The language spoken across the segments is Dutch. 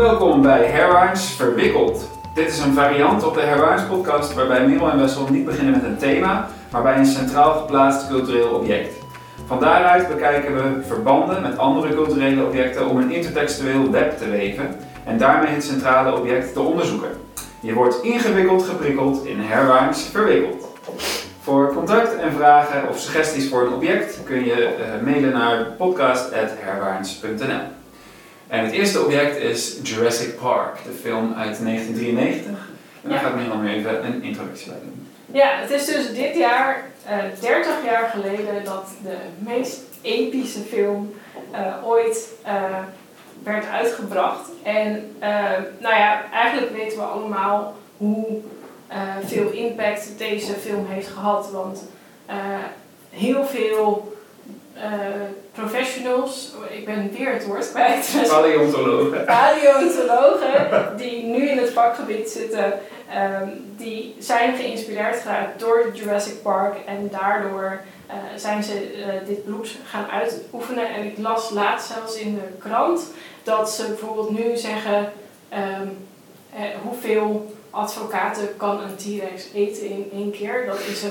Welkom bij Hairlines Verwikkeld. Dit is een variant op de Hairlines podcast waarbij Merel en Wessel niet beginnen met een thema, maar bij een centraal geplaatst cultureel object. Van daaruit bekijken we verbanden met andere culturele objecten om een intertextueel web te weven en daarmee het centrale object te onderzoeken. Je wordt ingewikkeld geprikkeld in Hairlines Verwikkeld. Voor contact en vragen of suggesties voor een object kun je mailen naar podcast@hairlines.nl. En het eerste object is Jurassic Park, de film uit 1993. En daar gaat Merel weer even een introductie bij doen. Ja, het is dus dit jaar 30 jaar geleden dat de meest epische film ooit werd uitgebracht. En eigenlijk weten we allemaal hoe veel impact deze film heeft gehad. Want heel veel professionals, ik ben weer het woord kwijt. Paleontologen die nu in het vakgebied zitten, die zijn geïnspireerd geraakt door Jurassic Park en daardoor zijn ze dit beroep gaan uitoefenen. En ik las laatst zelfs in de krant dat ze bijvoorbeeld nu zeggen hoeveel advocaten kan een T-Rex eten in 1 keer. Dat is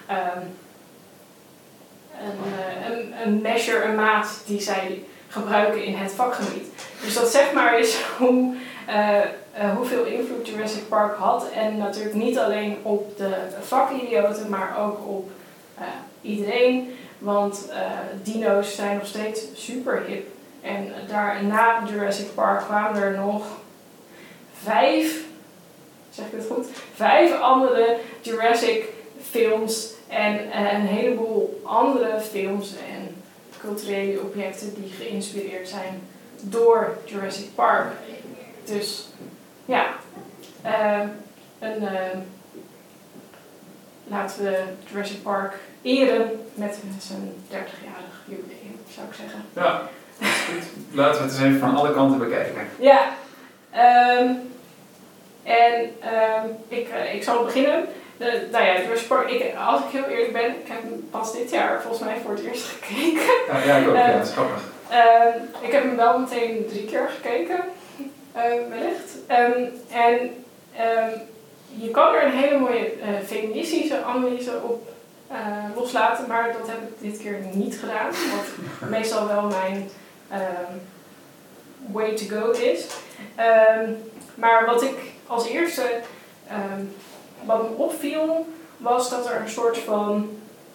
een measure, een maat die zij gebruiken in het vakgebied. Dus dat zeg maar is hoeveel invloed Jurassic Park had. En natuurlijk niet alleen op de vakidioten, maar ook op iedereen. Want dino's zijn nog steeds super hip. En na Jurassic Park kwamen er nog 5 andere Jurassic films en een heleboel andere films en culturele objecten die geïnspireerd zijn door Jurassic Park. Dus ja, laten we Jurassic Park eren met zijn 30-jarig jubileum, zou ik zeggen. Ja, dat is goed. Laten we het eens even van alle kanten bekijken. Ja, ik zal beginnen. Jurassic Park, als ik heel eerlijk ben, ik heb hem pas dit jaar volgens mij voor het eerst gekeken. Ja, ik ook. Ja, dat is grappig. Ik heb hem wel meteen 3 keer gekeken, wellicht. Je kan er een hele mooie feministische analyse op loslaten, maar dat heb ik dit keer niet gedaan. Wat meestal wel mijn way to go is. Maar wat ik als eerste, wat me opviel, was dat er een soort van,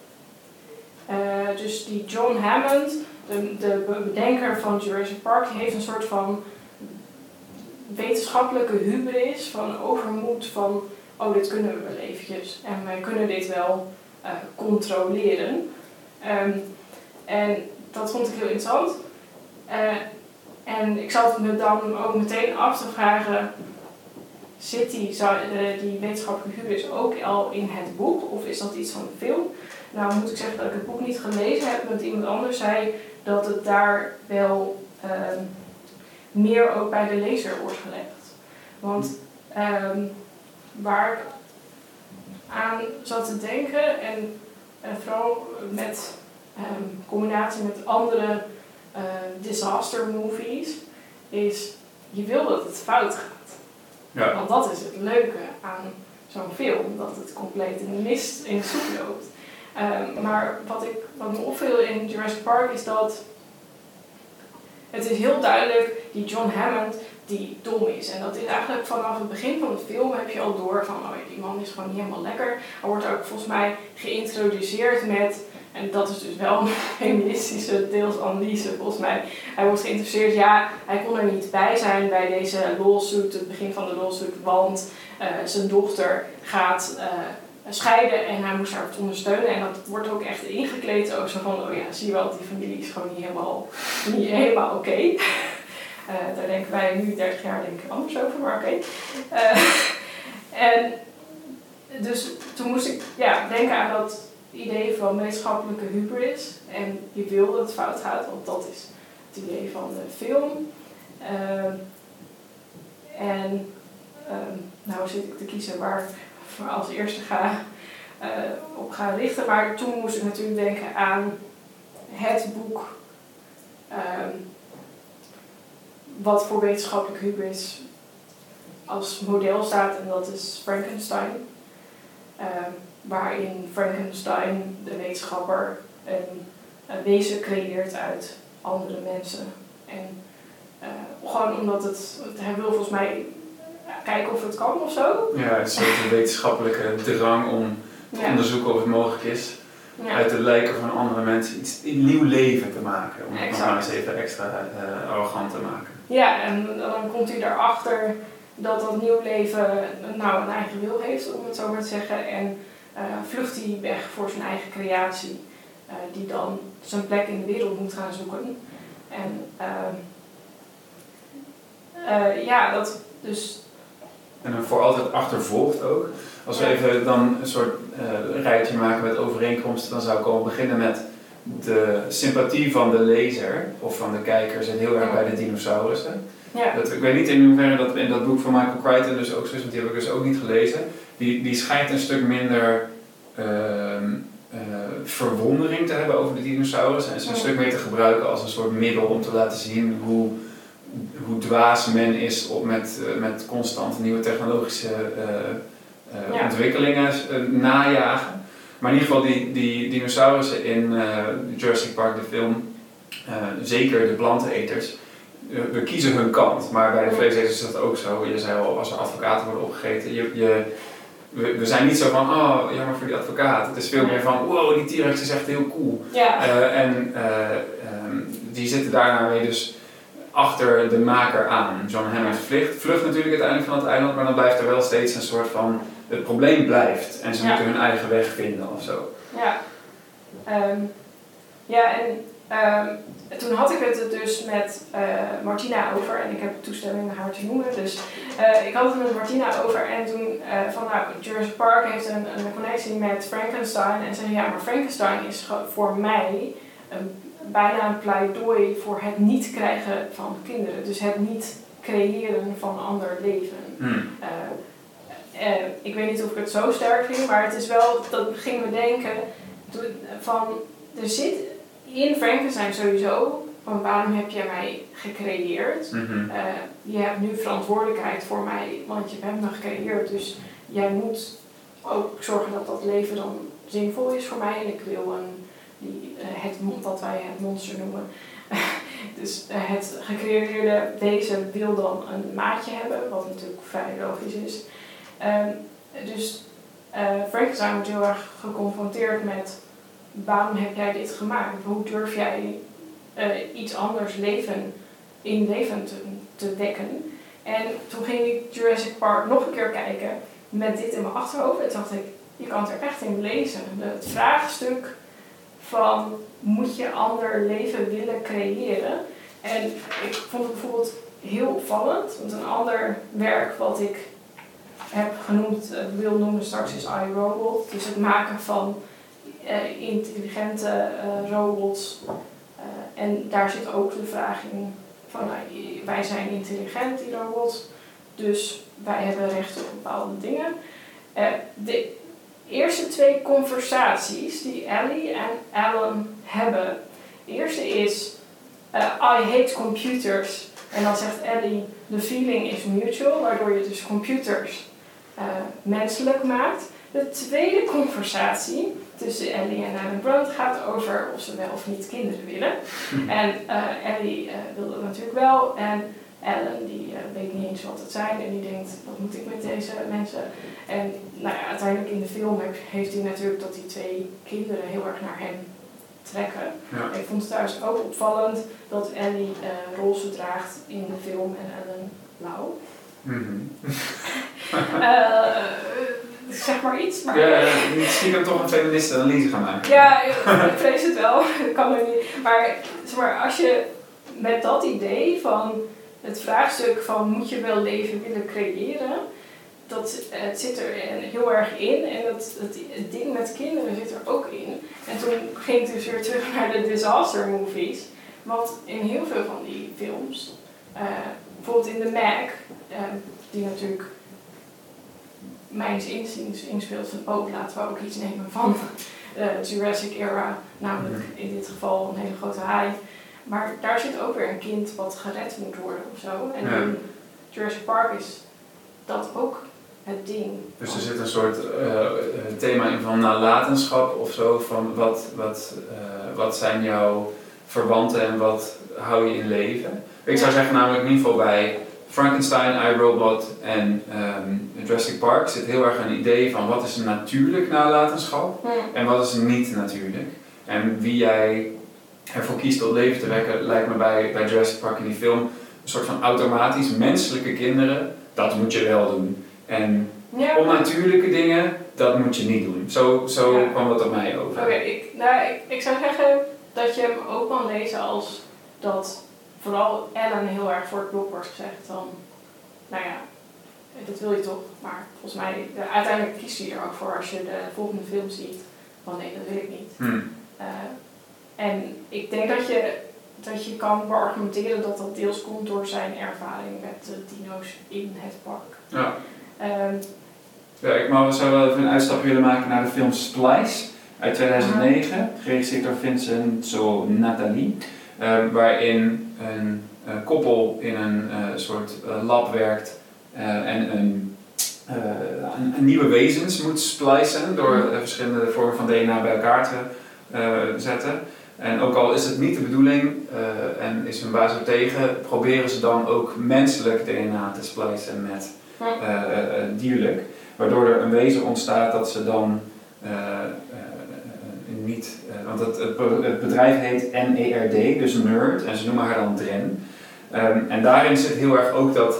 dus die John Hammond, de bedenker van Jurassic Park, die heeft een soort van wetenschappelijke hubris, van overmoed van, oh, dit kunnen we wel eventjes en wij kunnen dit wel controleren. En dat vond ik heel interessant. En ik zat me dan ook meteen af te vragen, zit die wetenschappelijke hubris ook al in het boek of is dat iets van de film? Nou moet ik zeggen dat ik het boek niet gelezen heb, want iemand anders zei dat het daar wel meer ook bij de lezer wordt gelegd. Want waar ik aan zat te denken en vooral met combinatie met andere disaster movies, is je wil dat het fout gaat. Ja. Want dat is het leuke aan zo'n film, dat het compleet in de mist in de soep loopt. Maar wat me opviel in Jurassic Park is dat het is heel duidelijk die John Hammond die dom is. En dat is eigenlijk vanaf het begin van de film heb je al door van, oh ja, die man is gewoon niet helemaal lekker. Hij wordt ook volgens mij geïntroduceerd met, en dat is dus wel een feministische deels analyse volgens mij. Hij wordt geïntroduceerd, ja, hij kon er niet bij zijn bij deze lawsuit, het begin van de lawsuit, want zijn dochter gaat scheiden en hij moest haar ondersteunen. En dat wordt ook echt ingekleed, ook zo van, oh ja, zie je wel, die familie is gewoon niet helemaal oké. Daar denken wij nu 30 jaar denk ik anders over, maar oké. En dus toen moest ik denken aan dat idee van wetenschappelijke hubris. En je wil dat het fout gaat, want dat is het idee van de film. Nou zit ik te kiezen waar ik voor als eerste op ga richten. Maar toen moest ik natuurlijk denken aan het boek wat voor wetenschappelijk hubris als model staat, en dat is Frankenstein. Waarin Frankenstein, de wetenschapper, een wezen creëert uit andere mensen. En gewoon omdat hij wil volgens mij kijken of het kan of zo. Ja, het is een soort wetenschappelijke drang om te onderzoeken of het mogelijk is. Ja. Uit de lijken van andere mensen iets nieuw leven te maken. Om het nog maar eens even extra arrogant te maken. Ja, en dan komt hij erachter dat nieuw leven een eigen wil heeft, om het zo maar te zeggen. En vlucht hij weg voor zijn eigen creatie. Die dan zijn plek in de wereld moet gaan zoeken. En dat dus... En dan voor altijd achtervolgt ook. Als we even dan een soort rijtje maken met overeenkomsten, dan zou ik al beginnen met de sympathie van de lezer of van de kijker zit heel erg bij de dinosaurussen. Ja. Ik weet niet in hoeverre dat in dat boek van Michael Crichton dus ook zo is, want die heb ik dus ook niet gelezen. Die schijnt een stuk minder verwondering te hebben over de dinosaurussen en ze een stuk meer te gebruiken als een soort middel om te laten zien hoe dwaas men is met constant nieuwe technologische ontwikkelingen najagen. Maar in ieder geval die dinosaurussen in Jurassic Park, de film, zeker de planteneters, we kiezen hun kant. Maar bij de vleeseters is dat ook zo. Je zei al, als er advocaten worden opgegeten, we zijn niet zo van, oh, jammer voor die advocaat. Het is veel meer van, wow, die T-Rex is echt heel cool. Ja. Die zitten daarna weer dus achter de maker aan. John Hammond vlucht natuurlijk uiteindelijk van het eiland, maar dan blijft er wel steeds een soort van, het probleem blijft. En ze moeten hun eigen weg vinden of zo. Ja. Toen had ik het dus met Martina over en ik heb toestemming naar haar te noemen. Dus ik had het met Martina over en toen Jurassic Park heeft een connectie met Frankenstein. En zei maar Frankenstein is voor mij bijna een pleidooi voor het niet krijgen van kinderen. Dus het niet creëren van een ander leven. Ik weet niet of ik het zo sterk vind, maar het is wel, dat ging me denken van, er zit in Frankenstein sowieso, van waarom heb jij mij gecreëerd? Je hebt nu verantwoordelijkheid voor mij, want je hebt me gecreëerd, dus jij moet ook zorgen dat dat leven dan zinvol is voor mij en ik wil wat wij het monster noemen. Dus het gecreëerde wezen wil dan een maatje hebben, wat natuurlijk vrij logisch is. Frankenstein wordt heel erg geconfronteerd met waarom heb jij dit gemaakt? Hoe durf jij iets anders in leven te wekken? En toen ging ik Jurassic Park nog een keer kijken met dit in mijn achterhoofd. En toen dacht ik, je kan het er echt in lezen. Het vraagstuk van, moet je ander leven willen creëren? En ik vond het bijvoorbeeld heel opvallend, want een ander werk wat ik heb genoemd, wil noemen straks, is iRobot. Dus het maken van intelligente robots. En daar zit ook de vraag in van, wij zijn intelligent, die robots, dus wij hebben recht op bepaalde dingen. De eerste 2 conversaties die Ellie en Alan hebben. De eerste is, I hate computers. En dan zegt Ellie, the feeling is mutual, waardoor je dus computers menselijk maakt. De tweede conversatie tussen Ellie en Alan Grant gaat over of ze wel of niet kinderen willen. En Ellie wil dat natuurlijk wel. En Alan die weet niet eens wat het zijn en die denkt, wat moet ik met deze mensen? En uiteindelijk in de film heeft hij natuurlijk dat die 2 kinderen heel erg naar hem trekken. Ja. Ik vond het trouwens ook opvallend dat Ellie roze draagt in de film en Alan blauw. Zeg maar iets. Maar stiekem toch een feministe analyse gaan maken. Ja, ik vrees het wel. Dat kan er niet. Maar zeg maar, als je met dat idee van het vraagstuk van, moet je wel leven willen creëren, het zit er heel erg in en het ding met kinderen zit er ook in. En toen ging ik dus weer terug naar de disaster movies. Want in heel veel van die films, bijvoorbeeld in The Meg, die natuurlijk mijns inziens inspeelt van, laten we ook iets nemen van de Jurassic era, namelijk in dit geval een hele grote haai. Maar daar zit ook weer een kind wat gered moet worden of zo. En in Jurassic Park is dat ook het ding. Dus er zit een soort thema in van nalatenschap of zo, van wat zijn jouw verwanten en wat hou je in leven. Ik zou zeggen namelijk in ieder geval bij Frankenstein, iRobot en Jurassic Park zit heel erg een idee van wat is natuurlijk nalatenschap en wat is niet natuurlijk. En wie jij ervoor kiest tot leven te wekken lijkt me bij Jurassic Park in die film een soort van automatisch menselijke kinderen, dat moet je wel doen. En onnatuurlijke dingen, dat moet je niet doen. Zo kwam dat op mij over. Oké, ik zou zeggen dat je hem ook kan lezen als dat vooral Ellen heel erg voor het blok wordt gezegd van, nou ja, dat wil je toch, maar volgens mij, uiteindelijk kiest hij er ook voor als je de volgende film ziet, van nee, dat wil ik niet. En ik denk dat je kan beargumenteren dat dat deels komt door zijn ervaring met de dino's in het park. Ja. Ik zou wel even een uitstapje willen maken naar de film Splice uit 2009, geregisseerd door Vincenzo Natali, waarin een koppel in een soort lab werkt en een nieuwe wezens moet splicen door verschillende vormen van DNA bij elkaar te zetten. En ook al is het niet de bedoeling en is hun baas er tegen, proberen ze dan ook menselijk DNA te splicen met dierlijk. Waardoor er een wezen ontstaat dat ze dan niet... want het bedrijf heet NERD, dus Nerd, en ze noemen haar dan Dren. En daarin zit heel erg ook dat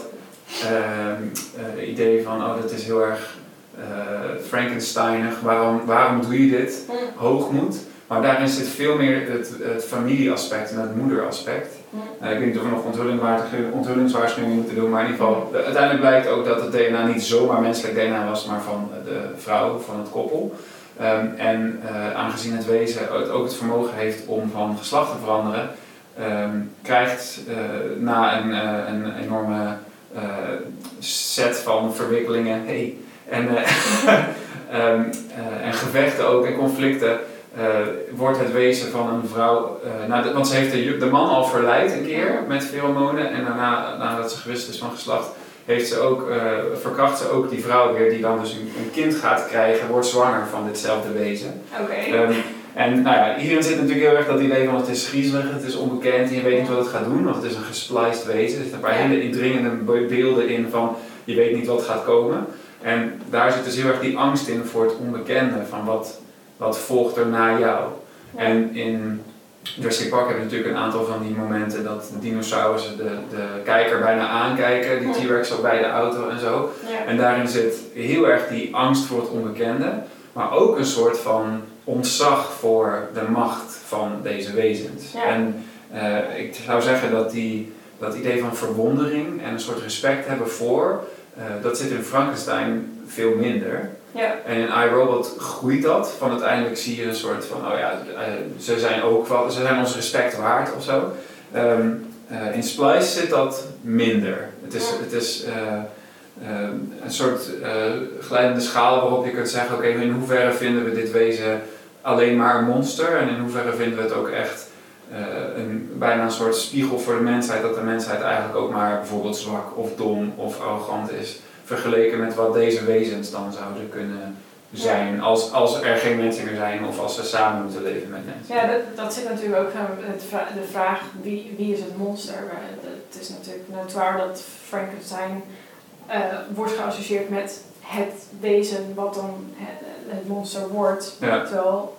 idee van, dat is heel erg Frankensteinig, waarom doe je dit? Hoogmoed. Maar daarin zit veel meer het familieaspect en het moederaspect. Ik weet niet of we nog onthullingswaarschuwingen moeten doen, maar in ieder geval, uiteindelijk blijkt ook dat het DNA niet zomaar menselijk DNA was, maar van de vrouw, van het koppel. Aangezien het wezen ook het vermogen heeft om van geslacht te veranderen, krijgt na een enorme set van verwikkelingen en gevechten ook en conflicten, wordt het wezen van een vrouw, want ze heeft de man al verleid een keer met pheromonen en nadat ze gewisseld is van geslacht, verkracht ze ook die vrouw weer die dan dus een kind gaat krijgen, wordt zwanger van ditzelfde wezen. Hierin zit natuurlijk heel erg dat idee van het is griezelig, het is onbekend en je weet niet wat het gaat doen, want het is een gespliced wezen. Er zitten een paar hele indringende beelden in van je weet niet wat gaat komen. En daar zit dus heel erg die angst in voor het onbekende, van wat volgt er na jou. En in Jurassic Park hebben we natuurlijk een aantal van die momenten dat de dinosaurussen de kijker bijna aankijken, die T-Rex ook bij de auto en zo. En daarin zit heel erg die angst voor het onbekende, maar ook een soort van ontzag voor de macht van deze wezens. En ik zou zeggen dat idee van verwondering en een soort respect hebben voor, dat zit in Frankenstein veel minder. En in iRobot groeit dat, van uiteindelijk zie je een soort van, ze zijn ons respect waard of zo. In Splice zit dat minder. Het is een soort glijdende schaal waarop je kunt zeggen, oké, in hoeverre vinden we dit wezen alleen maar een monster en in hoeverre vinden we het ook echt bijna een soort spiegel voor de mensheid, dat de mensheid eigenlijk ook maar bijvoorbeeld zwak of dom of arrogant is, vergeleken met wat deze wezens dan zouden kunnen zijn als er geen mensen meer zijn of als ze samen moeten leven met mensen. Ja, dat zit natuurlijk ook de vraag wie is het monster. Het is natuurlijk notoire dat Frankenstein wordt geassocieerd met het wezen wat dan het monster wordt. Terwijl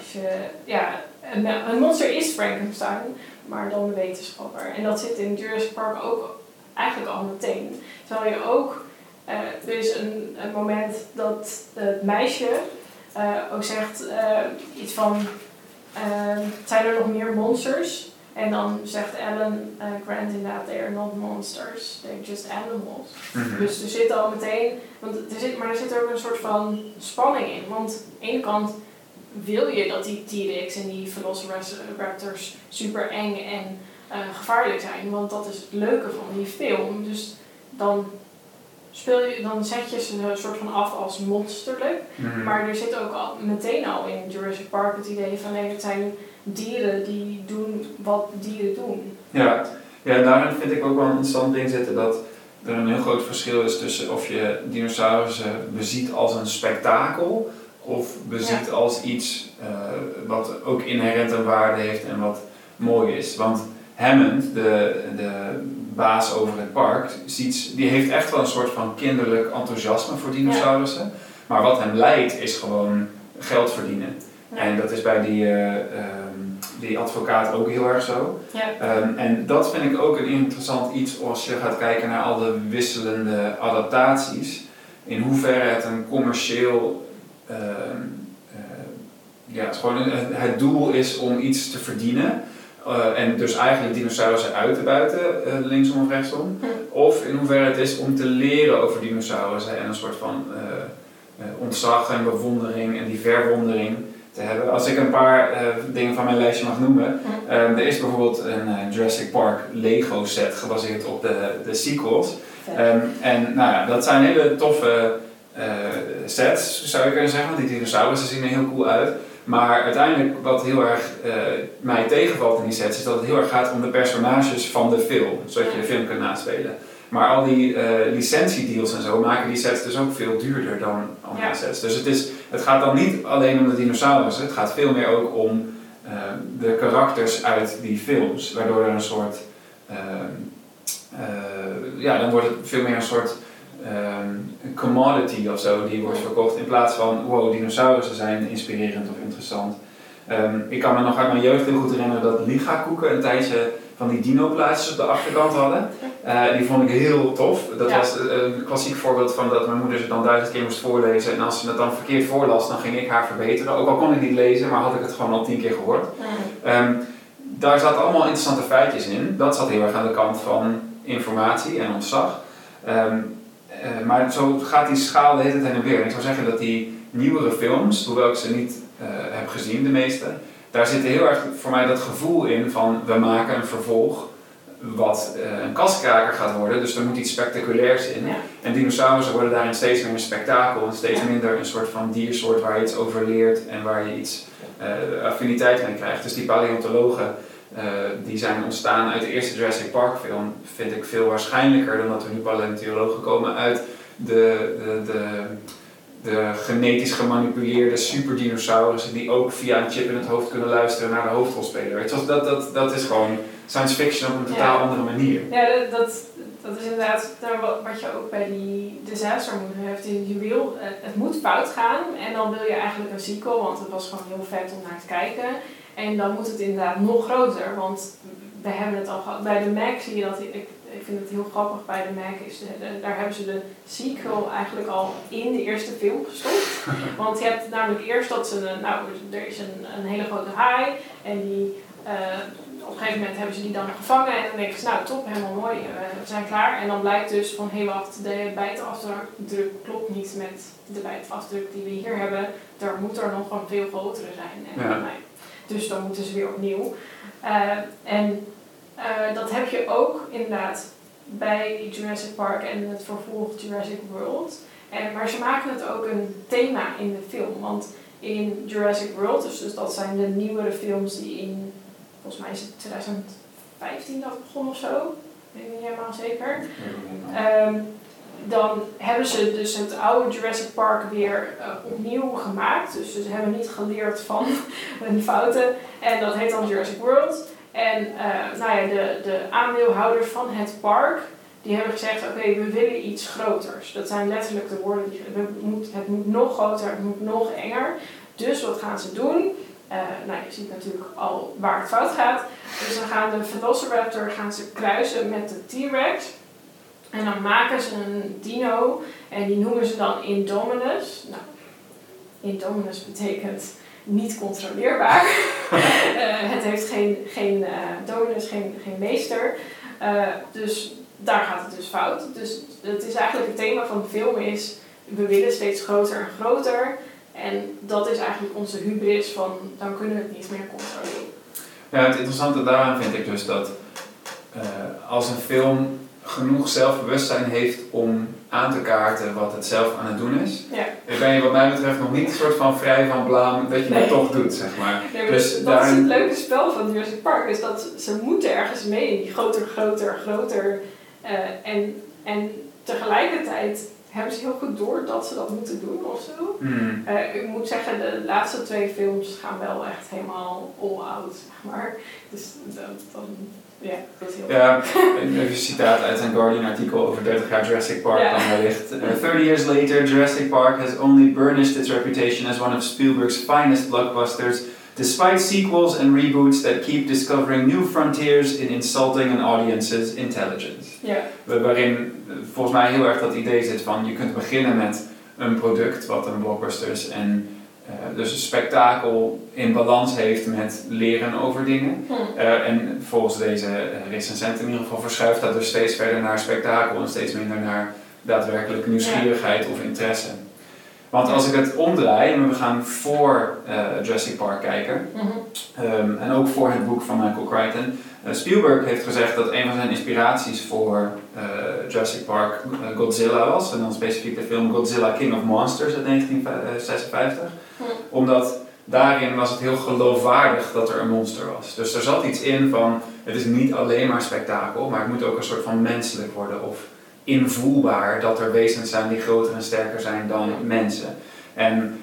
een monster is Frankenstein, maar dan de wetenschapper. En dat zit in Jurassic Park ook eigenlijk al meteen. Terwijl je ook, er is een moment dat het meisje ook zegt iets van, zijn er nog meer monsters? En dan zegt Ellen Grant inderdaad, they are not monsters, they're just animals. Dus er zit al meteen, maar er zit ook een soort van spanning in. Want aan de ene kant wil je dat die T-Rex en die Velociraptors super eng en gevaarlijk zijn, want dat is het leuke van die film. Dus dan zet je ze een soort van af als monsterlijk. Maar er zit ook meteen al in Jurassic Park het idee van nee, het zijn dieren die doen wat dieren doen. Ja, daarin vind ik ook wel een interessant ding zitten dat er een heel groot verschil is tussen of je dinosaurussen beziet als een spektakel of beziet als iets wat ook inherent een waarde heeft en wat mooi is. Want Hammond, de baas over het park, die heeft echt wel een soort van kinderlijk enthousiasme voor dinosaurussen. Ja. Maar wat hem leidt is gewoon geld verdienen. Ja. En dat is bij die advocaat ook heel erg zo. Ja. En dat vind ik ook een interessant iets als je gaat kijken naar al de wisselende adaptaties. In hoeverre het een commercieel... het doel is om iets te verdienen. En dus eigenlijk dinosaurussen uit te buiten, linksom of rechtsom. Of in hoeverre het is om te leren over dinosaurussen en een soort van ontzag en bewondering en die verwondering te hebben. Als ik een paar dingen van mijn lijstje mag noemen. Er is bijvoorbeeld een Jurassic Park Lego set gebaseerd op de sequels. En nou ja, dat zijn hele toffe sets, zou je kunnen zeggen. Die dinosaurussen zien er heel cool uit. Maar uiteindelijk wat heel erg mij tegenvalt in die sets is dat het heel erg gaat om de personages van de film. Zodat je de film kunt naspelen. Maar al die licentiedeals en zo maken die sets dus ook veel duurder dan andere sets. Dus het gaat dan niet alleen om de dinosaurussen, het gaat veel meer ook om de karakters uit die films. Waardoor er een soort, dan wordt het veel meer een soort commodity of zo die wordt verkocht in plaats van wow, dinosaurussen zijn inspirerend of interessant. Ik kan me nog uit mijn jeugd heel goed herinneren dat Liga-koeken een tijdje van die dino-plaatjes op de achterkant hadden. Die vond ik heel tof. Dat was een klassiek voorbeeld van dat mijn moeder ze dan 1000 keer moest voorlezen en als ze het dan verkeerd voorlas, dan ging ik haar verbeteren. Ook al kon ik niet lezen, maar had ik het gewoon al 10 keer gehoord. Daar zaten allemaal interessante feitjes in. Dat zat heel erg aan de kant van informatie en ontzag. Maar zo gaat die schaal de hele tijd heen en weer. En ik zou zeggen dat die nieuwere films, hoewel ik ze niet heb gezien, de meeste, daar zit heel erg voor mij dat gevoel in van we maken een vervolg wat een kaskraker gaat worden, dus er moet iets spectaculairs in. Ja. En dinosaurussen worden daarin steeds meer een spektakel en steeds minder een soort van diersoort waar je iets over leert en waar je iets affiniteit mee krijgt. Dus die paleontologen die zijn ontstaan uit de eerste Jurassic Park film, vind ik veel waarschijnlijker dan dat er nu paleontologen komen uit de genetisch gemanipuleerde superdinosaurussen die ook via een chip in het hoofd kunnen luisteren naar de hoofdrolspeler. Weet je, dat is gewoon science fiction op een totaal andere manier. Ja, dat is inderdaad wat je ook bij die disaster movie hebt. Het moet fout gaan en dan wil je eigenlijk een sequel, want het was gewoon heel vet om naar te kijken. En dan moet het inderdaad nog groter, want we hebben het al gehad. Bij de Mac zie je dat, ik vind het heel grappig bij de Mac, daar hebben ze de sequel eigenlijk al in de eerste film gestopt. Want je hebt namelijk eerst dat er is een hele grote haai en die, op een gegeven moment hebben ze die dan gevangen en dan denken ze, nou top, helemaal mooi, we zijn klaar. En dan blijkt dus van, wacht, de bijtafdruk klopt niet met de bijtafdruk die we hier hebben. Daar moet er nog een veel grotere zijn. En dus dan moeten ze weer opnieuw. Dat heb je ook inderdaad bij Jurassic Park en het vervolg Jurassic World. Maar ze maken het ook een thema in de film. Want in Jurassic World, dus dat zijn de nieuwere films die in, volgens mij is het 2015 dat begon of zo. Ik weet niet helemaal zeker. Dan hebben ze dus het oude Jurassic Park weer opnieuw gemaakt. Dus ze hebben niet geleerd van hun fouten. En dat heet dan Jurassic World. En de aandeelhouders van het park, die hebben gezegd, oké, we willen iets groters. Dat zijn letterlijk de woorden, het moet nog groter, het moet nog enger. Dus wat gaan ze doen? Je ziet natuurlijk al waar het fout gaat. Dus dan gaan de Velociraptor kruisen met de T-Rex. En dan maken ze een dino en die noemen ze dan Indominus. Nou, Indominus betekent niet controleerbaar. Het heeft geen dominus, geen meester. Dus daar gaat het dus fout. Dus het is eigenlijk het thema van de film is, we willen steeds groter en groter. En dat is eigenlijk onze hubris van, dan kunnen we het niet meer controleren. Ja, het interessante daaraan vind ik dus dat als een film genoeg zelfbewustzijn heeft om aan te kaarten wat het zelf aan het doen is. Ja. Dan ben je wat mij betreft nog niet een soort van vrij van blaam dat je het toch doet, zeg maar. Nee, maar dus dat is het leuke spel van Jurassic Park, is dat ze moeten ergens mee. Groter. En tegelijkertijd hebben ze heel goed door dat ze dat moeten doen of zo. Ik moet zeggen, de laatste 2 films gaan wel echt helemaal all-out, zeg maar. Dus ja, dat is heel even een citaat uit een Guardian artikel over 30 jaar Jurassic Park dan wellicht. 30 years later, Jurassic Park has only burnished its reputation as one of Spielberg's finest blockbusters, despite sequels and reboots that keep discovering new frontiers in insulting an audience's intelligence. Waarin volgens mij heel erg dat idee zit van je kunt beginnen met een product wat een blockbuster is en dus een spektakel in balans heeft met leren over dingen. En volgens deze recensent in ieder geval verschuift dat dus steeds verder naar spektakel en steeds minder naar daadwerkelijk nieuwsgierigheid of interesse. Want als ik het omdraai en we gaan voor Jurassic Park kijken, en ook voor het boek van Michael Crichton, Spielberg heeft gezegd dat een van zijn inspiraties voor Jurassic Park Godzilla was, en dan specifiek de film Godzilla King of Monsters uit 1956. Omdat daarin was het heel geloofwaardig dat er een monster was. Dus er zat iets in van, het is niet alleen maar spektakel, maar het moet ook een soort van menselijk worden of invoelbaar dat er wezens zijn die groter en sterker zijn dan mensen. En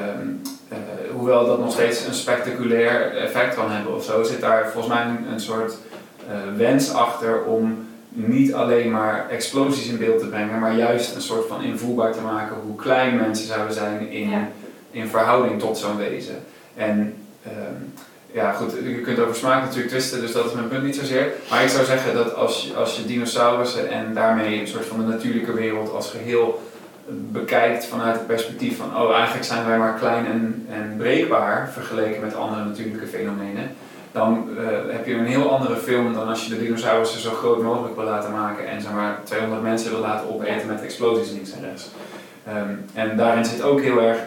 hoewel dat nog steeds een spectaculair effect kan hebben of zo, zit daar volgens mij een soort wens achter om niet alleen maar explosies in beeld te brengen, maar juist een soort van invoelbaar te maken hoe klein mensen zouden zijn in verhouding tot zo'n wezen. En goed, je kunt over smaak natuurlijk twisten, dus dat is mijn punt niet zozeer. Maar ik zou zeggen dat als je dinosaurussen en daarmee een soort van de natuurlijke wereld als geheel bekijkt vanuit het perspectief van eigenlijk zijn wij maar klein en breekbaar vergeleken met andere natuurlijke fenomenen, dan heb je een heel andere film dan als je de dinosaurussen zo groot mogelijk wil laten maken en zeg maar 200 mensen wil laten opeten met explosies links en rechts. En daarin zit ook heel erg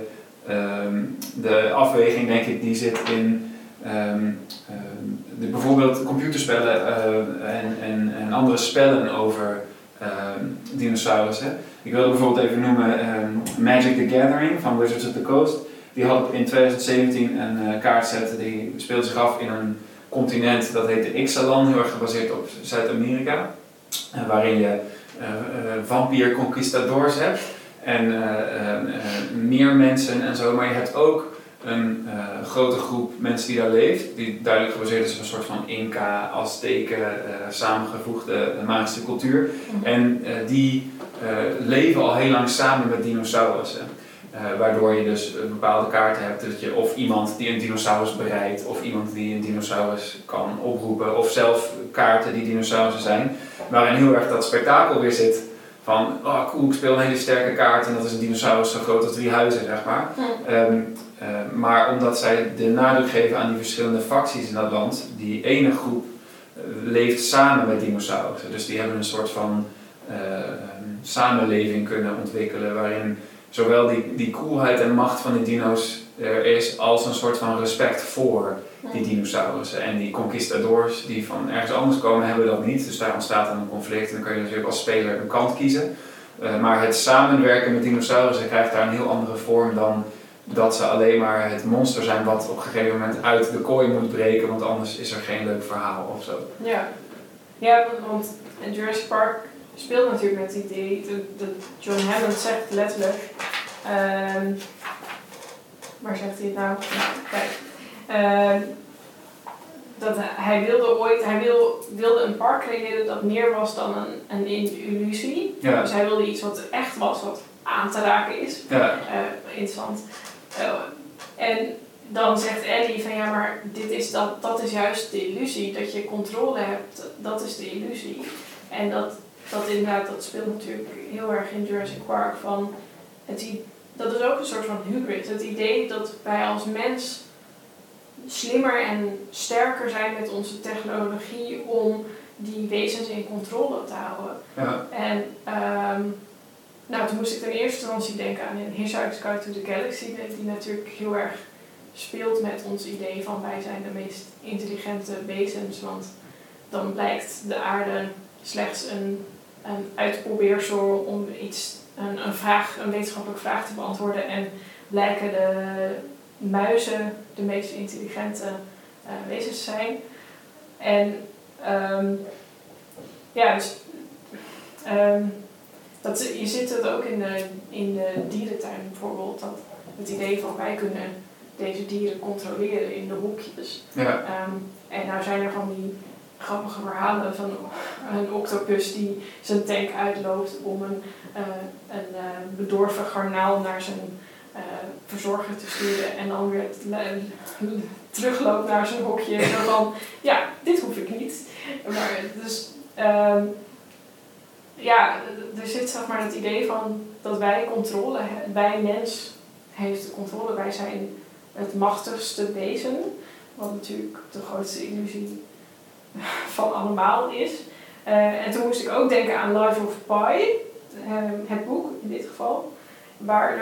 de afweging, denk ik, die zit in bijvoorbeeld computerspellen en andere spellen over dinosaurussen. Ik wilde bijvoorbeeld even noemen Magic the Gathering van Wizards of the Coast. Die had in 2017 een kaartset die speelde zich af in een continent dat heet de Ixalan, heel erg gebaseerd op Zuid-Amerika. Waarin je vampier conquistadors hebt en meer mensen en zo, maar je hebt ook een grote groep mensen die daar leeft, die duidelijk gebaseerd is op een soort van Inca, Azteken, samengevoegde magische cultuur. En die leven al heel lang samen met dinosaurussen. Waardoor je dus bepaalde kaarten hebt dat je of iemand die een dinosaurus bereidt, of iemand die een dinosaurus kan oproepen, of zelf kaarten die dinosaurussen zijn, waarin heel erg dat spektakel weer zit van, cool, ik speel een hele sterke kaart en dat is een dinosaurus zo groot als 3 huizen, zeg maar. Maar omdat zij de nadruk geven aan die verschillende facties in dat land, die ene groep leeft samen met dinosaurussen. Dus die hebben een soort van samenleving kunnen ontwikkelen waarin zowel die coolheid en macht van die dino's er is, als een soort van respect voor die dinosaurussen. En die conquistadors die van ergens anders komen, hebben dat niet. Dus daar ontstaat dan een conflict en dan kan je natuurlijk als speler een kant kiezen. Maar het samenwerken met dinosaurussen krijgt daar een heel andere vorm dan dat ze alleen maar het monster zijn wat op een gegeven moment uit de kooi moet breken, want anders is er geen leuk verhaal of zo. Ja, want Jurassic Park speelt natuurlijk met het idee, dat John Hammond zegt letterlijk, waar zegt hij het nou? Kijk, dat hij wilde een park creëren dat meer was dan een illusie. Ja. Dus hij wilde iets wat echt was, wat aan te raken is. Ja. Interessant. En dan zegt Ellie van ja, maar dat is juist de illusie, dat je controle hebt, dat is de illusie. En dat inderdaad, dat speelt natuurlijk heel erg in Jurassic Park van, dat is ook een soort van hubris. Het idee dat wij als mens slimmer en sterker zijn met onze technologie om die wezens in controle te houden. Ja. En toen moest ik in eerste instantie denken aan Hitchhiker's Guide to the Galaxy, die natuurlijk heel erg speelt met ons idee van wij zijn de meest intelligente wezens, want dan blijkt de aarde slechts een uitprobeersel om een wetenschappelijke vraag te beantwoorden. En blijken de muizen de meest intelligente wezens zijn. En je ziet het ook in de dierentuin bijvoorbeeld. Dat het idee van wij kunnen deze dieren controleren in de hokjes. Ja. En nou zijn er van die grappige verhalen van een octopus die zijn tank uitloopt om een bedorven garnaal naar zijn verzorger te sturen en dan weer terugloopt naar zijn hokje. En dan ja, dit hoef ik niet. Maar dus er zit zeg maar het idee van dat wij controle hebben. Wij mens heeft de controle, wij zijn het machtigste wezen. Wat natuurlijk de grootste illusie van allemaal is. En toen moest ik ook denken aan Life of Pi, het boek in dit geval. Waar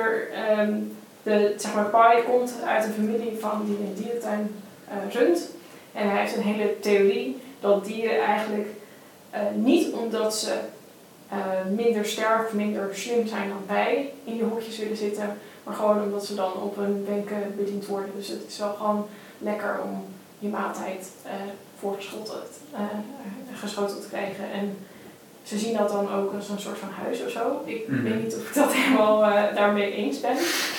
Pi komt uit een familie die een dierentuin runt. En hij heeft een hele theorie dat dieren eigenlijk niet omdat ze minder sterk of minder slim zijn dan wij in die hokjes willen zitten. Maar gewoon omdat ze dan op hun wenken bediend worden. Dus het is wel gewoon lekker om je maaltijd geschoteld te krijgen. En ze zien dat dan ook als een soort van huis of zo. Ik weet niet of ik dat helemaal daarmee eens ben.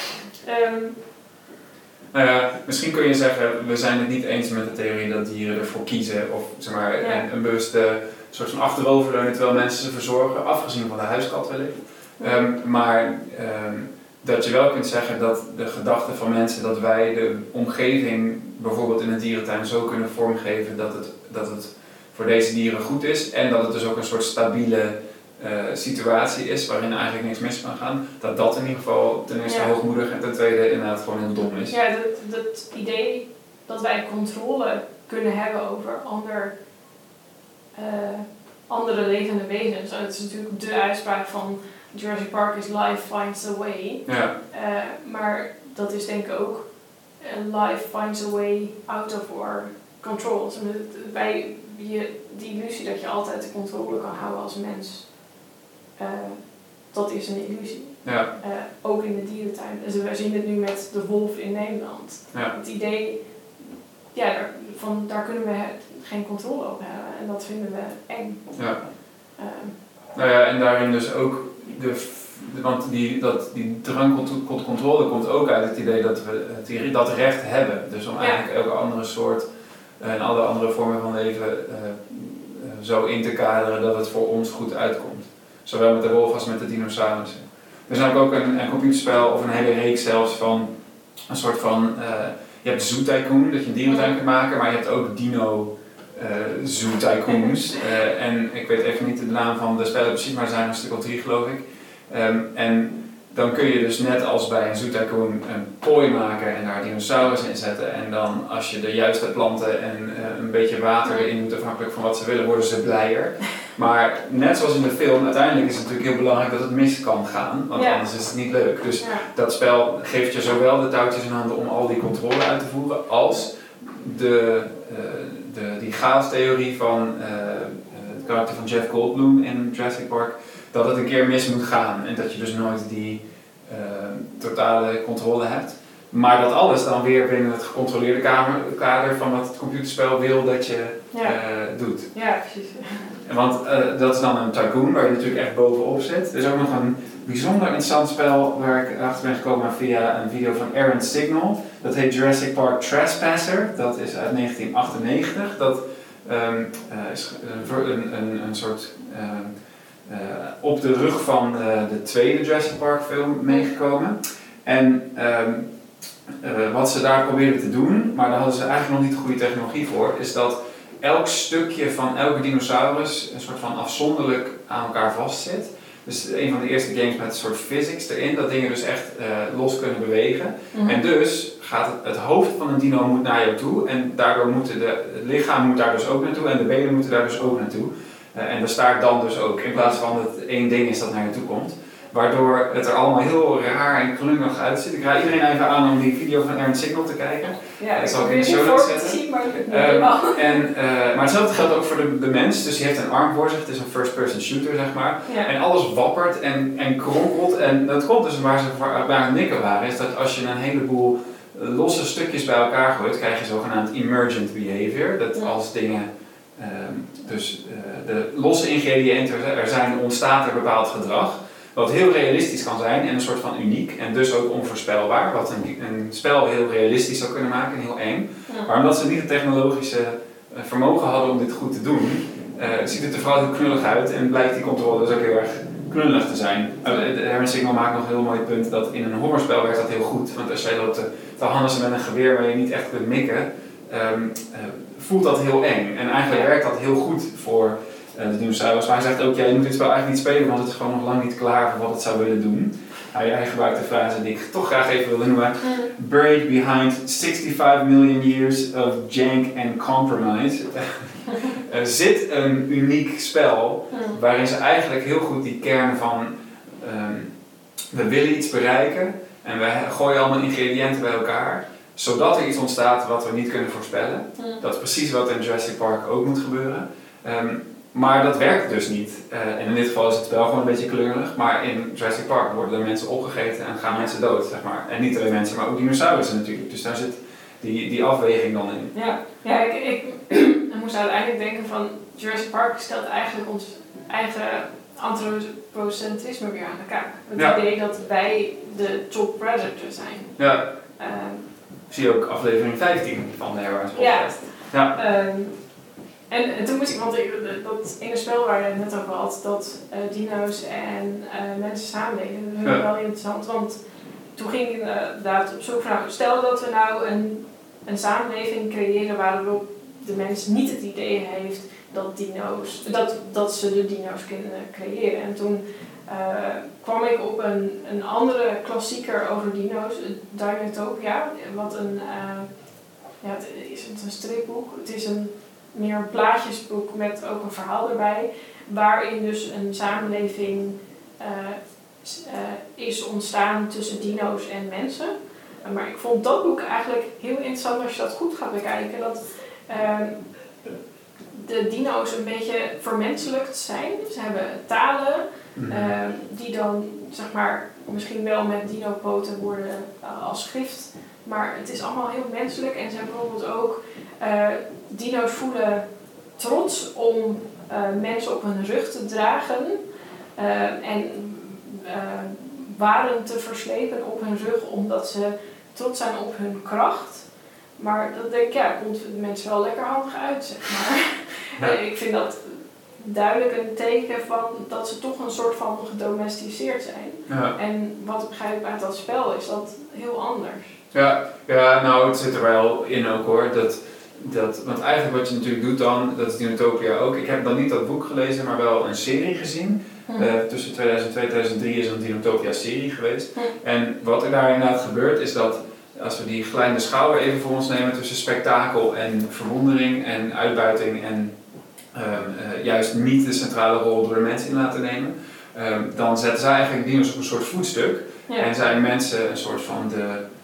Nou ja, misschien kun je zeggen, we zijn het niet eens met de theorie dat dieren ervoor kiezen. Of zeg maar een bewuste soort van achteroverleunen terwijl mensen ze verzorgen. Afgezien van de huiskat wellicht. Maar dat je wel kunt zeggen dat de gedachte van mensen dat wij de omgeving bijvoorbeeld in een dierentuin zo kunnen vormgeven dat het voor deze dieren goed is en dat het dus ook een soort stabiele situatie is waarin eigenlijk niks mis kan gaan, dat in ieder geval ten eerste hoogmoedig en ten tweede inderdaad gewoon heel dom is. Ja, dat idee dat wij controle kunnen hebben over andere levende wezens. Dat is natuurlijk de uitspraak van Jurassic Park is life finds a way. Ja. Maar dat is denk ik ook life finds a way out of our control. Die illusie dat je altijd de controle kan houden als mens, dat is een illusie. Ja. Ook in de dierentuin. Dus we zien het nu met de wolf in Nederland. Ja. Het idee, daar kunnen we geen controle over hebben en dat vinden we eng. Ja. Nou ja, en daarin dus ook want die drang tot controle komt ook uit het idee dat we dat recht hebben. Dus om eigenlijk elke andere soort en alle andere vormen van leven zo in te kaderen dat het voor ons goed uitkomt. Zowel met de wolf als met de dinosaurussen. Er is namelijk ook een computerspel of een hele reeks zelfs van een soort van je hebt Zoo Tycoon, dat je een dierentuin kunt maken, maar je hebt ook Dino Zoo Tycoons. En ik weet even niet de naam van de spellen precies, maar er zijn er een stuk of 3 geloof ik. En dan kun je dus net als bij een Zoo Tycoon een kooi maken en daar dinosaurus in zetten. En dan als je de juiste planten en een beetje water erin doet, afhankelijk van wat ze willen, worden ze blijer. Maar net zoals in de film, uiteindelijk is het natuurlijk heel belangrijk dat het mis kan gaan, want anders is het niet leuk. Dus dat spel geeft je zowel de touwtjes in handen om al die controle uit te voeren, als die chaostheorie van het karakter van Jeff Goldblum in Jurassic Park, dat het een keer mis moet gaan en dat je dus nooit die totale controle hebt. Maar dat alles dan weer binnen het gecontroleerde kader van wat het computerspel wil dat je doet. Ja, precies. Want dat is dan een tycoon waar je natuurlijk echt bovenop zit. Er is ook nog een bijzonder interessant spel waar ik achter ben gekomen via een video van Aaron Signal. Dat heet Jurassic Park Trespasser. Dat is uit 1998. Dat is een soort op de rug van de tweede Jurassic Park film meegekomen. En wat ze daar probeerden te doen, maar daar hadden ze eigenlijk nog niet de goede technologie voor, is dat elk stukje van elke dinosaurus een soort van afzonderlijk aan elkaar vastzit. Dus een van de eerste games met een soort physics erin, dat dingen dus echt los kunnen bewegen. Mm-hmm. En dus gaat het hoofd van een dino moet naar jou toe en daardoor moet het lichaam moet daar dus ook naartoe en de benen moeten daar dus ook naartoe. En de staart dan dus ook, in plaats van dat het één ding is dat naar je toe komt. Waardoor het er allemaal heel raar en klungelig uitziet. Ik raad iedereen even aan om die video van Aaron Signal te kijken. Ja, dat zal ik in de show notes zetten. Zien, maar maar hetzelfde geldt ook voor de mens. Dus die heeft een arm voor zich. Het is een first-person shooter, zeg maar. Ja. En alles wappert en kronkelt. En dat komt dus waar ze aan het nikken waren. Is dat als je een heleboel losse stukjes bij elkaar gooit, krijg je zogenaamd emergent behavior. Dat als dingen... de losse ingrediënten er zijn, ontstaat er bepaald gedrag. Wat heel realistisch kan zijn en een soort van uniek en dus ook onvoorspelbaar. Wat een spel heel realistisch zou kunnen maken en heel eng. Ja. Maar omdat ze niet het technologische vermogen hadden om dit goed te doen, ziet het er vooral heel knullig uit en blijkt die controle dus ook heel erg knullig te zijn. Aaron Signal maakt nog een heel mooi punt dat in een horrorspel werkt dat heel goed. Want als jij loopt te hannissen met een geweer waar je niet echt kunt mikken, voelt dat heel eng. En eigenlijk werkt dat heel goed voor de dinosaurus. Maar hij zegt ook, je moet dit spel eigenlijk niet spelen, want het is gewoon nog lang niet klaar voor wat het zou willen doen. Hij gebruikt de frase die ik toch graag even wil noemen. Buried behind 65 million years of jank and compromise. Zit een uniek spel waarin ze eigenlijk heel goed die kern van we willen iets bereiken en we gooien allemaal ingrediënten bij elkaar, zodat er iets ontstaat wat we niet kunnen voorspellen. Dat is precies wat in Jurassic Park ook moet gebeuren. Maar dat werkt dus niet. En in dit geval is het spel gewoon een beetje klungelig. Maar in Jurassic Park worden er mensen opgegeten en gaan mensen dood, zeg maar. En niet alleen mensen, maar ook dinosaurussen natuurlijk. Dus daar zit die afweging dan in. Ja, ik moest uiteindelijk denken van Jurassic Park stelt eigenlijk ons eigen antropocentrisme weer aan de kaak. Het idee dat wij de top predator zijn. Ja. Zie je ook aflevering 15 van de Herwaarts podcast. En toen moest ik, want dat ene spel waar je het net over had, dat dino's en mensen samenleven, dat vind ik wel interessant. Want toen ging ik inderdaad op zoek naar, stel dat we nou een samenleving creëren waarop de mens niet het idee heeft dat ze de dino's kunnen creëren. En toen kwam ik op een andere klassieker over dino's, Dinotopia, wat het is een stripboek, het is meer een plaatjesboek met ook een verhaal erbij, waarin dus een samenleving is ontstaan tussen dino's en mensen. Maar ik vond dat boek eigenlijk heel interessant als je dat goed gaat bekijken, dat de dino's een beetje vermenselijkt zijn. Ze hebben talen die dan, zeg maar, misschien wel met dinopoten worden als schrift, maar het is allemaal heel menselijk. En ze hebben bijvoorbeeld ook dino's voelen trots om mensen op hun rug te dragen en waren te verslepen op hun rug omdat ze trots zijn op hun kracht. Maar dat denk ik, komt de mensen wel lekker handig uit, zeg maar. Ja. Ik vind dat duidelijk een teken van dat ze toch een soort van gedomesticeerd zijn. Ja. En wat ik begrijp uit dat spel is dat heel anders. Ja, nou het zit er wel in ook hoor. Want eigenlijk wat je natuurlijk doet dan, dat is Dinotopia ook. Ik heb dan niet dat boek gelezen, maar wel een serie gezien. Tussen 2002 en 2003 is een Dinotopia serie geweest. En wat er daar inderdaad gebeurt is dat als we die glijdende schaal even voor ons nemen tussen spektakel en verwondering en uitbuiting en juist niet de centrale rol door de mensen in laten nemen, dan zetten zij eigenlijk dino's op een soort voetstuk en zijn mensen een soort van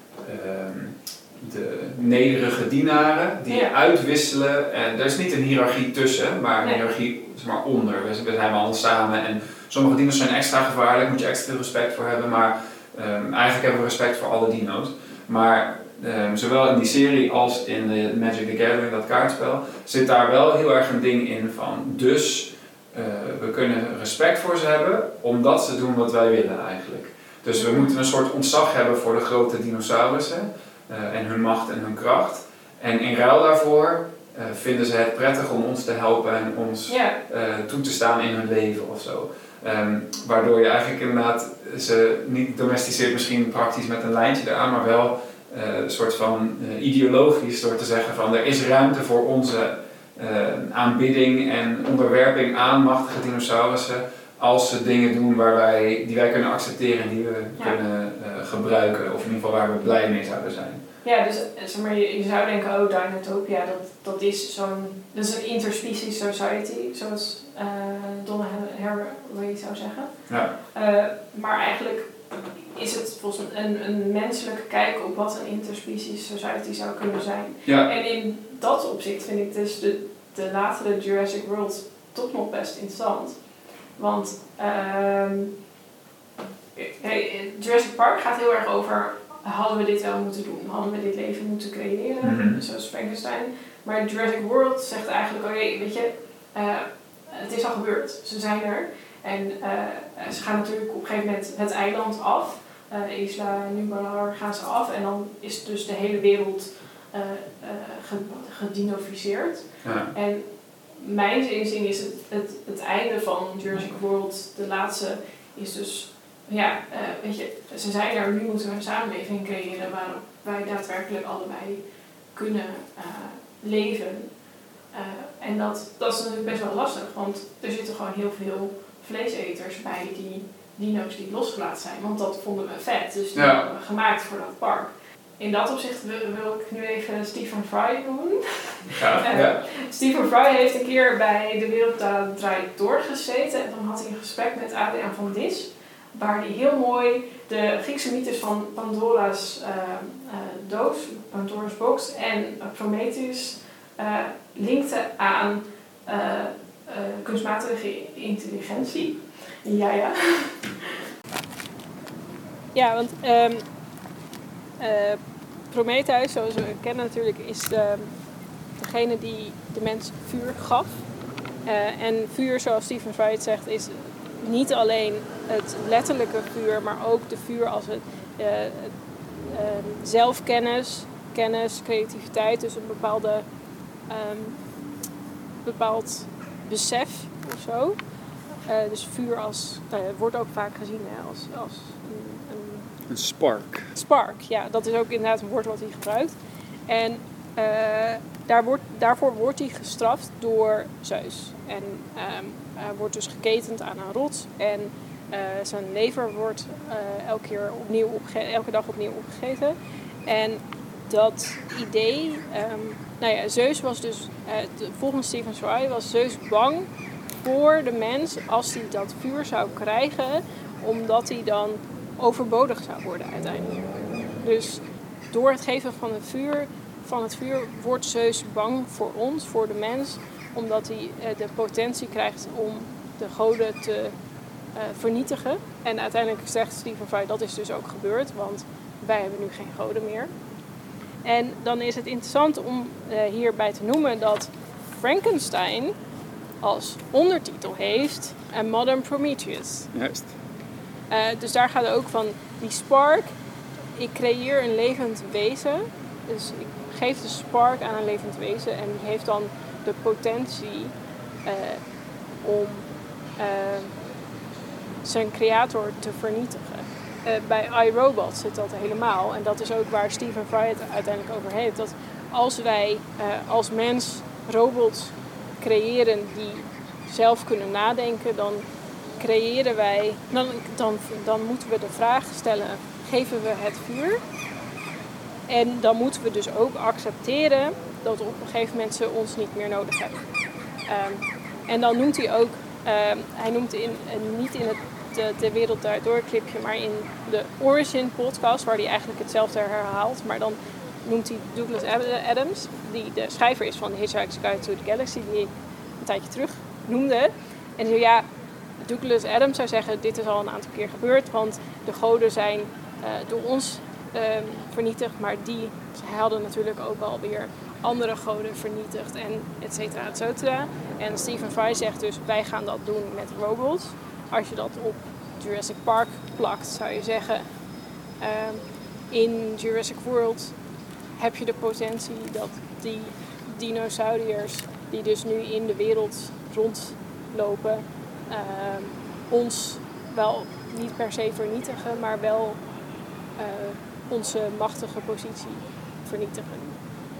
de nederige dienaren die uitwisselen en er is niet een hiërarchie tussen, maar een hiërarchie zeg maar, onder. We zijn allemaal samen en sommige dino's zijn extra gevaarlijk, moet je extra veel respect voor hebben, maar eigenlijk hebben we respect voor alle dino's. Maar zowel in die serie als in de Magic the Gathering, dat kaartspel, zit daar wel heel erg een ding in van dus we kunnen respect voor ze hebben omdat ze doen wat wij willen eigenlijk. Dus we moeten een soort ontzag hebben voor de grote dinosaurussen en hun macht en hun kracht. En in ruil daarvoor vinden ze het prettig om ons te helpen en ons toe te staan in hun leven of zo. Waardoor je eigenlijk inderdaad ze niet domesticeert misschien praktisch met een lijntje eraan, maar wel een soort van ideologisch door te zeggen van er is ruimte voor onze aanbidding en onderwerping aan machtige dinosaurussen als ze dingen doen die wij kunnen accepteren en die we kunnen gebruiken, of in ieder geval waar we blij mee zouden zijn. Ja, dus zeg maar, je zou denken, Dinotopia, dat is een interspecies society, zoals Donna Haraway zou zeggen. Ja. Maar eigenlijk is het volgens een menselijke kijk op wat een interspecies society zou kunnen zijn. Ja. En in dat opzicht vind ik dus de latere Jurassic World toch nog best interessant. Want Jurassic Park gaat heel erg over, hadden we dit wel moeten doen? Hadden we dit leven moeten creëren? Zoals Frankenstein. Maar Jurassic World zegt eigenlijk, weet je, het is al gebeurd. Ze zijn er. En ze gaan natuurlijk op een gegeven moment het eiland af. Isla Nublar gaan ze af. En dan is dus de hele wereld gedinoficeerd. Ja. En mijn inzien is het einde van Jurassic World, de laatste, is dus, weet je, ze zijn er, nu moeten we een samenleving creëren waarop wij daadwerkelijk allebei kunnen leven. En dat is natuurlijk best wel lastig, want er zitten gewoon heel veel vleeseters bij die dino's die losgelaten zijn, want dat vonden we vet, dus die hebben we gemaakt voor dat park. In dat opzicht wil ik nu even Stephen Fry noemen. Ja. Stephen Fry heeft een keer bij De Wereld Draait Door gezeten en dan had hij een gesprek met Adriaan van Dis, waar hij heel mooi de Griekse mythes van Pandora's doos, Pandora's box en Prometheus linkte aan kunstmatige intelligentie. Ja. Ja, want Prometheus, zoals we kennen natuurlijk, is degene die de mens vuur gaf. En vuur, zoals Stephen Fry het zegt, is niet alleen het letterlijke vuur, maar ook de vuur als het zelfkennis, kennis, creativiteit, dus een bepaald besef of zo. Dus vuur wordt ook vaak gezien als een spark. Spark, ja, dat is ook inderdaad een woord wat hij gebruikt. En daarvoor wordt hij gestraft door Zeus. En hij wordt dus geketend aan een rots. En zijn lever wordt elke dag opnieuw opgegeten. En dat idee... Zeus was dus... volgens Stephen Fry was Zeus bang voor de mens als hij dat vuur zou krijgen, omdat hij dan overbodig zou worden uiteindelijk. Dus door het geven van het vuur wordt Zeus bang voor ons, voor de mens, omdat hij de potentie krijgt om de goden te vernietigen. En uiteindelijk zegt Stephen Fry, dat is dus ook gebeurd, want wij hebben nu geen goden meer. En dan is het interessant om hierbij te noemen dat Frankenstein als ondertitel heeft A Modern Prometheus. Juist. Dus daar gaat het ook van die spark. Ik creëer een levend wezen. Dus ik geef de spark aan een levend wezen. En die heeft dan de potentie om zijn creator te vernietigen. Bij iRobot zit dat helemaal. En dat is ook waar Stephen Fry het uiteindelijk over heeft. Dat als wij als mens robots creëren die zelf kunnen nadenken, dan creëren wij, dan moeten we de vraag stellen, geven we het vuur? En dan moeten we dus ook accepteren dat op een gegeven moment ze ons niet meer nodig hebben. En dan noemt hij ook, hij noemt niet in het De Wereld Draait Door clipje, maar in de Origin podcast, waar hij eigenlijk hetzelfde herhaalt, maar dan noemt hij Douglas Adams, die de schrijver is van The Hitchhiker's Guide to the Galaxy, die ik een tijdje terug noemde. En zo Douglas Adams zou zeggen, dit is al een aantal keer gebeurd, want de goden zijn door ons vernietigd, maar die hadden natuurlijk ook alweer andere goden vernietigd en et cetera, et cetera. En Stephen Fry zegt dus, wij gaan dat doen met robots. Als je dat op Jurassic Park plakt, zou je zeggen, in Jurassic World heb je de potentie dat die dinosauriërs die dus nu in de wereld rondlopen, ons wel niet per se vernietigen, maar wel onze machtige positie vernietigen.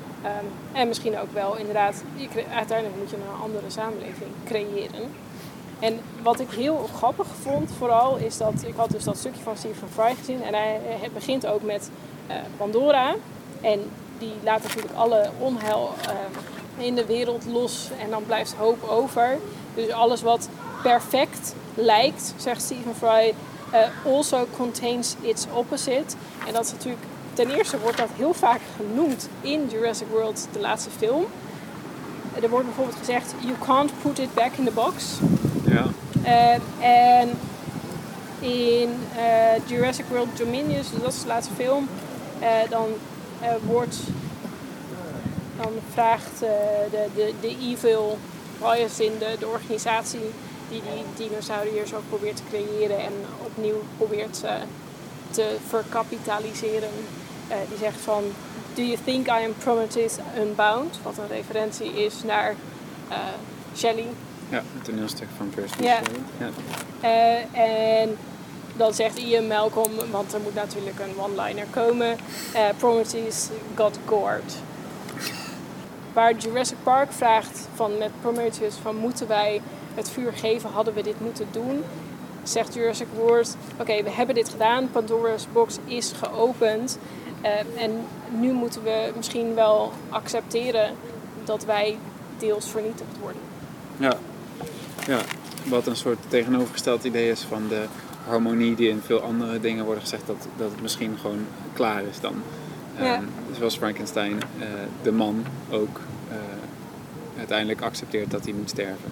En misschien ook wel inderdaad, uiteindelijk moet je een andere samenleving creëren. En wat ik heel grappig vond vooral is dat ik had dus dat stukje van Stephen Fry gezien. En hij begint ook met Pandora. En die laat natuurlijk alle onheil in de wereld los. En dan blijft hoop over. Dus alles wat perfect lijkt, zegt Stephen Fry, also contains its opposite. En dat is natuurlijk, ten eerste wordt dat heel vaak genoemd in Jurassic World, de laatste film. Er wordt bijvoorbeeld gezegd, you can't put it back in the box. Ja. En in Jurassic World Dominion, dus dat is de laatste film, dan vraagt de evil Hyacinth, de organisatie die dinosauriërs ook probeert te creëren en opnieuw probeert te verkapitaliseren. Die zegt van, do you think I am Prometheus Unbound? Wat een referentie is naar Shelley. Ja, het toneelstuk van Percy Ja. Shelley. Ja. En dan zegt Ian Malcolm, want er moet natuurlijk een one-liner komen, Prometheus got gored. Waar Jurassic Park vraagt met Prometheus van, moeten wij het vuur geven, hadden we dit moeten doen? Zegt Jurassic World, oké, we hebben dit gedaan, Pandora's box is geopend. En nu moeten we misschien wel accepteren dat wij deels vernietigd worden. Ja, wat een soort tegenovergesteld idee is van de harmonie die in veel andere dingen worden gezegd, dat het misschien gewoon klaar is dan. Zoals Frankenstein, de man ook uiteindelijk accepteert dat hij moet sterven.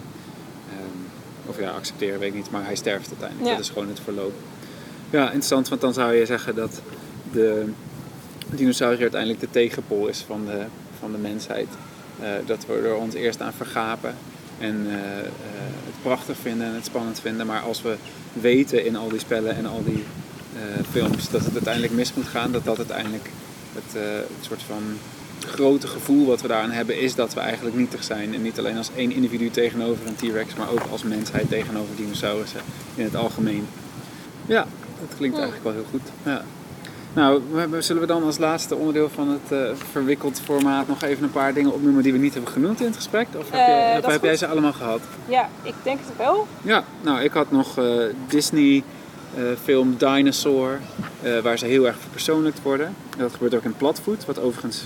Of ja, accepteren weet ik niet, maar hij sterft uiteindelijk. Ja. Dat is gewoon het verloop. Ja, interessant, want dan zou je zeggen dat de dinosaurier uiteindelijk de tegenpool is van de mensheid. Dat we er ons eerst aan vergapen en het prachtig vinden en het spannend vinden. Maar als we weten in al die spellen en al die films dat het uiteindelijk mis moet gaan, dat uiteindelijk het soort van grote gevoel wat we daaraan hebben is dat we eigenlijk nietig zijn. En niet alleen als één individu tegenover een T-Rex, maar ook als mensheid tegenover dinosaurussen in het algemeen. Ja, dat klinkt eigenlijk wel heel goed. Ja. Nou, zullen we dan als laatste onderdeel van het verwikkeld formaat nog even een paar dingen opnoemen die we niet hebben genoemd in het gesprek? Of heb jij ze allemaal gehad? Ja, ik denk het wel. Ja, nou ik had nog Disney film Dinosaur, waar ze heel erg verpersoonlijkt worden. Dat gebeurt ook in Platvoet, wat overigens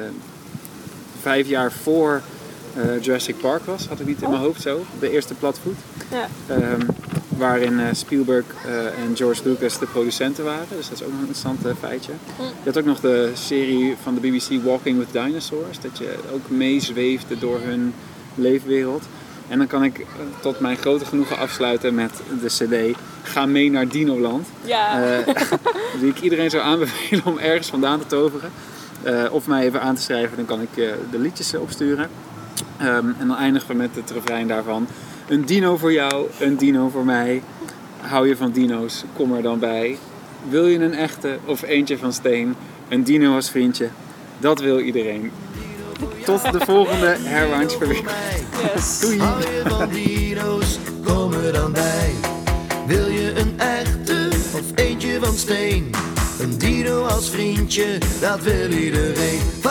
5 jaar voor Jurassic Park was, had ik niet in mijn hoofd zo, de eerste Platvoet. Ja. Waarin Spielberg en George Lucas de producenten waren. Dus dat is ook nog een interessant feitje. Je had ook nog de serie van de BBC Walking with Dinosaurs. Dat je ook meezweefde door hun leefwereld. En dan kan ik tot mijn grote genoegen afsluiten met de cd Ga mee naar Dinoland. Ja. Die ik iedereen zou aanbevelen om ergens vandaan te toveren. Of mij even aan te schrijven, dan kan ik de liedjes opsturen. En dan eindigen we met het refrein daarvan. Een dino voor jou, een dino voor mij. Hou je van dino's, kom er dan bij. Wil je een echte of eentje van steen? Een dino als vriendje, dat wil iedereen. Tot de volgende Hairlines Verwikkeld. Yes. Doei! Hou je van dino's, kom er dan bij. Wil je een echte of eentje van steen? Een dino als vriendje, dat wil iedereen.